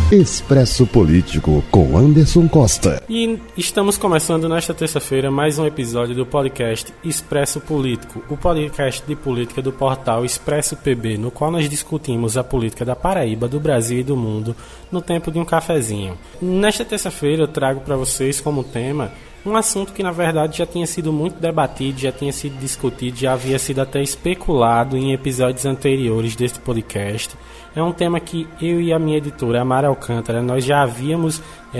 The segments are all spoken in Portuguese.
Expresso Político com Anderson Costa. E estamos começando nesta terça-feira mais um episódio do podcast Expresso Político, o podcast de política do portal Expresso PB, no qual nós discutimos a política da Paraíba, do Brasil e do mundo no tempo de um cafezinho. Nesta terça-feira eu trago para vocês como tema um assunto que na verdade já tinha sido muito debatido, já tinha sido discutido, já havia sido até especulado em episódios anteriores deste podcast. É um tema que eu e a minha editora, Amara Alcântara, nós já havíamos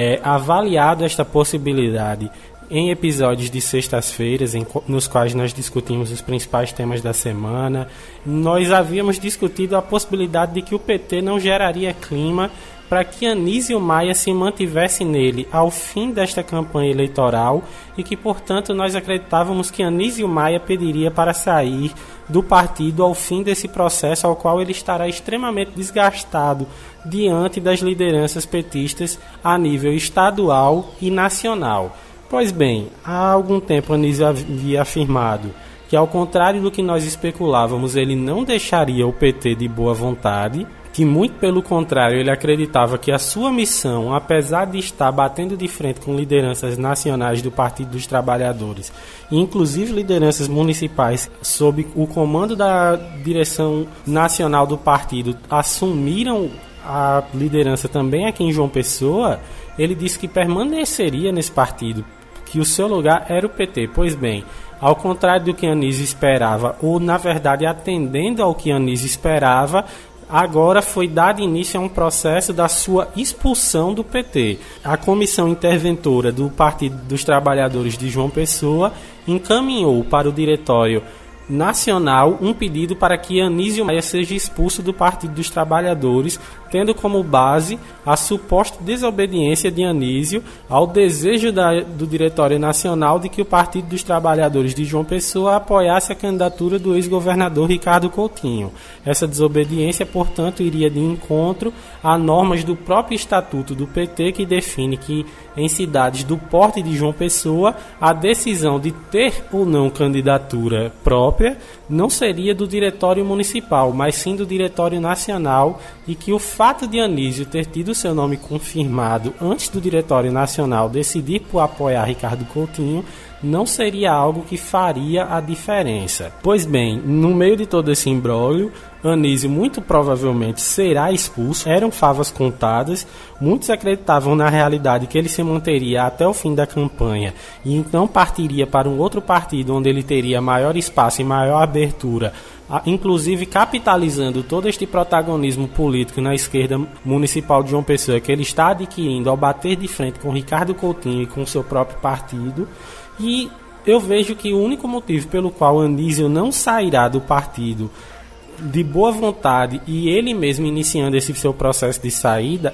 avaliado esta possibilidade em episódios de sextas-feiras, nos quais nós discutimos os principais temas da semana. Nós havíamos discutido a possibilidade de que o PT não geraria clima para que Anísio Maia se mantivesse nele ao fim desta campanha eleitoral e que, portanto, nós acreditávamos que Anísio Maia pediria para sair do partido ao fim desse processo, ao qual ele estará extremamente desgastado diante das lideranças petistas a nível estadual e nacional. Pois bem, há algum tempo Anísio havia afirmado que, ao contrário do que nós especulávamos, ele não deixaria o PT de boa vontade, que muito pelo contrário ele acreditava que a sua missão, apesar de estar batendo de frente com lideranças nacionais do Partido dos Trabalhadores, inclusive lideranças municipais sob o comando da direção nacional do partido, assumiram a liderança também aqui em João Pessoa, ele disse que permaneceria nesse partido, que o seu lugar era o PT. Pois bem, ao contrário do que Anísio esperava, ou na verdade atendendo ao que Anísio esperava, agora foi dado início a um processo da sua expulsão do PT. A comissão interventora do Partido dos Trabalhadores de João Pessoa encaminhou para o Diretório Nacional um pedido para que Anísio Maia seja expulso do Partido dos Trabalhadores, tendo como base a suposta desobediência de Anísio ao desejo do Diretório Nacional de que o Partido dos Trabalhadores de João Pessoa apoiasse a candidatura do ex-governador Ricardo Coutinho. Essa desobediência, portanto, iria de encontro a normas do próprio Estatuto do PT, que define que em cidades do porte de João Pessoa a decisão de ter ou não candidatura própria não seria do Diretório Municipal, mas sim do Diretório Nacional, e que o fato de Anísio ter tido seu nome confirmado antes do Diretório Nacional decidir por apoiar Ricardo Coutinho não seria algo que faria a diferença. Pois bem, no meio de todo esse imbróglio, Anísio muito provavelmente será expulso. Eram favas contadas, muitos acreditavam na realidade que ele se manteria até o fim da campanha e então partiria para um outro partido onde ele teria maior espaço e maior abertura, inclusive capitalizando todo este protagonismo político na esquerda municipal de João Pessoa que ele está adquirindo ao bater de frente com Ricardo Coutinho e com o seu próprio partido. E eu vejo que o único motivo pelo qual Anísio não sairá do partido de boa vontade e ele mesmo iniciando esse seu processo de saída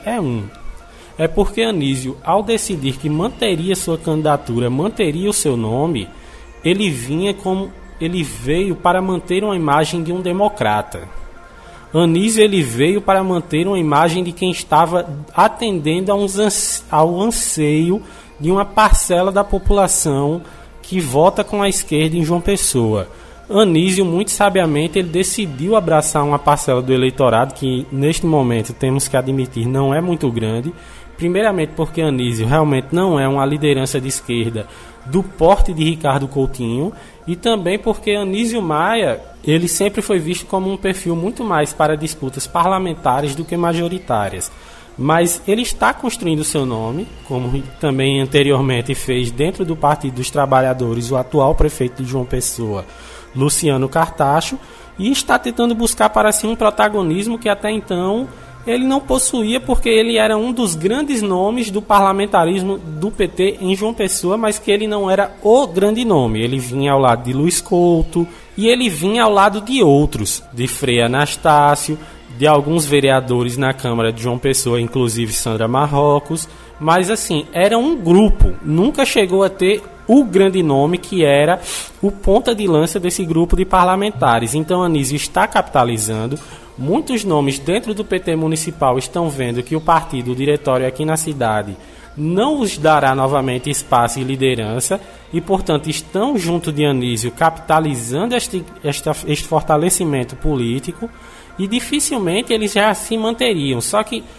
é porque Anísio, ao decidir que manteria sua candidatura, manteria o seu nome, ele veio para manter uma imagem de um democrata. Anísio ele veio para manter uma imagem de quem estava atendendo ao anseio de uma parcela da população que vota com a esquerda em João Pessoa. Anísio, muito sabiamente, ele decidiu abraçar uma parcela do eleitorado que, neste momento, temos que admitir, não é muito grande. Primeiramente porque Anísio realmente não é uma liderança de esquerda do porte de Ricardo Coutinho, e também porque Anísio Maia ele sempre foi visto como um perfil muito mais para disputas parlamentares do que majoritárias. Mas ele está construindo seu nome, como também anteriormente fez dentro do Partido dos Trabalhadores o atual prefeito de João Pessoa, Luciano Cartacho, e está tentando buscar para si um protagonismo que até então ele não possuía, porque ele era um dos grandes nomes do parlamentarismo do PT em João Pessoa, mas que ele não era o grande nome. Ele vinha ao lado de Luiz Couto e ele vinha ao lado de outros, de Frei Anastácio, de alguns vereadores na Câmara de João Pessoa, inclusive Sandra Marrocos, mas assim, era um grupo, nunca chegou a ter o grande nome que era o ponta de lança desse grupo de parlamentares. Então Anísio está capitalizando. Muitos nomes dentro do PT municipal estão vendo que o partido, o diretório aqui na cidade, não os dará novamente espaço e liderança e, portanto, estão junto de Anísio capitalizando este fortalecimento político e dificilmente eles já se manteriam. Só que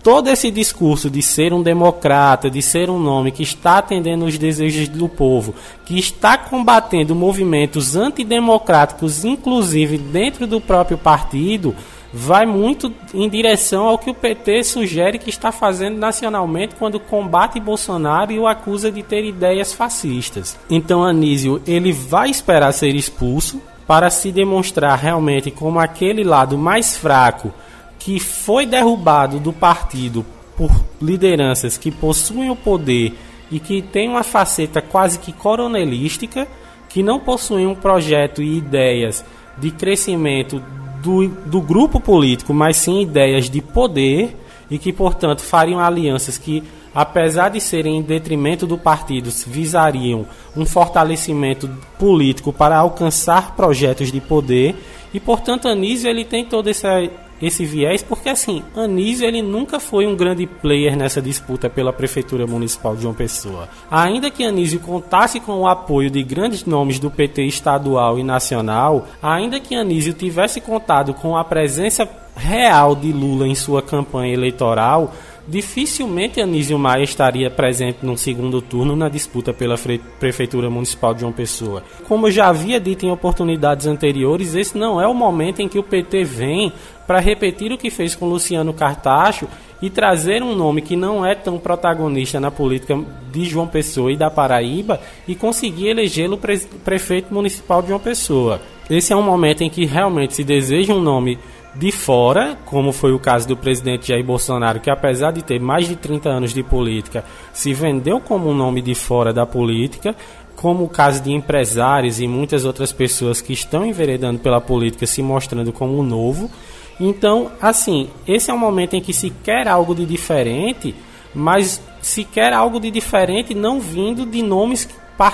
todo esse discurso de ser um democrata, de ser um nome que está atendendo os desejos do povo, que está combatendo movimentos antidemocráticos, inclusive dentro do próprio partido, vai muito em direção ao que o PT sugere que está fazendo nacionalmente quando combate Bolsonaro e o acusa de ter ideias fascistas. Então Anísio, ele vai esperar ser expulso para se demonstrar realmente como aquele lado mais fraco que foi derrubado do partido por lideranças que possuem o poder e que tem uma faceta quase que coronelística, que não possuem um projeto e ideias de crescimento do grupo político, mas sim ideias de poder e que, portanto, fariam alianças que, apesar de serem em detrimento do partido, visariam um fortalecimento político para alcançar projetos de poder. E, portanto, Anísio ele tem todo esse viés, porque assim, Anísio ele nunca foi um grande player nessa disputa pela Prefeitura Municipal de João Pessoa. Ainda que Anísio contasse com o apoio de grandes nomes do PT estadual e nacional, ainda que Anísio tivesse contado com a presença real de Lula em sua campanha eleitoral, dificilmente Anísio Maia estaria presente no segundo turno na disputa pela Prefeitura Municipal de João Pessoa. Como eu já havia dito em oportunidades anteriores, esse não é o momento em que o PT vem para repetir o que fez com Luciano Cartacho e trazer um nome que não é tão protagonista na política de João Pessoa e da Paraíba e conseguir elegê-lo prefeito municipal de João Pessoa. Esse é um momento em que realmente se deseja um nome de fora, como foi o caso do presidente Jair Bolsonaro, que apesar de ter mais de 30 anos de política, se vendeu como um nome de fora da política, como o caso de empresários e muitas outras pessoas que estão enveredando pela política, se mostrando como novo. Então, assim, esse é um momento em que se quer algo de diferente, mas se quer algo de diferente não vindo de nomes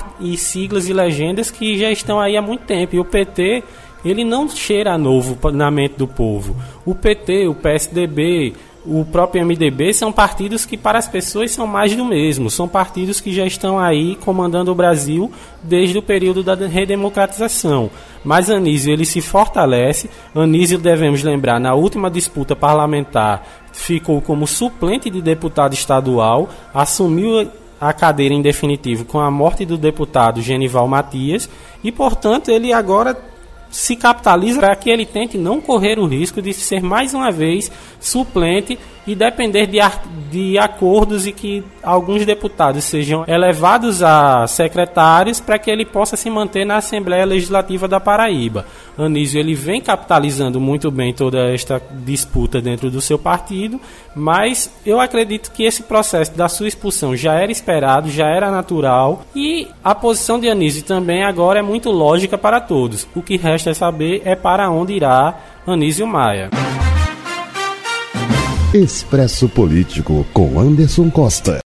e siglas e legendas que já estão aí há muito tempo. E o PT, ele não cheira novo na mente do povo. O PT, o PSDB, o próprio MDB são partidos que para as pessoas são mais do mesmo. São partidos que já estão aí comandando o Brasil desde o período da redemocratização. Mas Anísio, ele se fortalece. Anísio, devemos lembrar, na última disputa parlamentar ficou como suplente de deputado estadual, assumiu a cadeira em definitivo com a morte do deputado Genival Matias e, portanto, ele agora se capitaliza para que ele tente não correr o risco de ser mais uma vez suplente e depender de acordos e que alguns deputados sejam elevados a secretários para que ele possa se manter na Assembleia Legislativa da Paraíba. Anísio ele vem capitalizando muito bem toda esta disputa dentro do seu partido, mas eu acredito que esse processo da sua expulsão já era esperado, já era natural e a posição de Anísio também agora é muito lógica para todos. O que resta saber é para onde irá Anísio Maia. Expresso Político com Anderson Costa.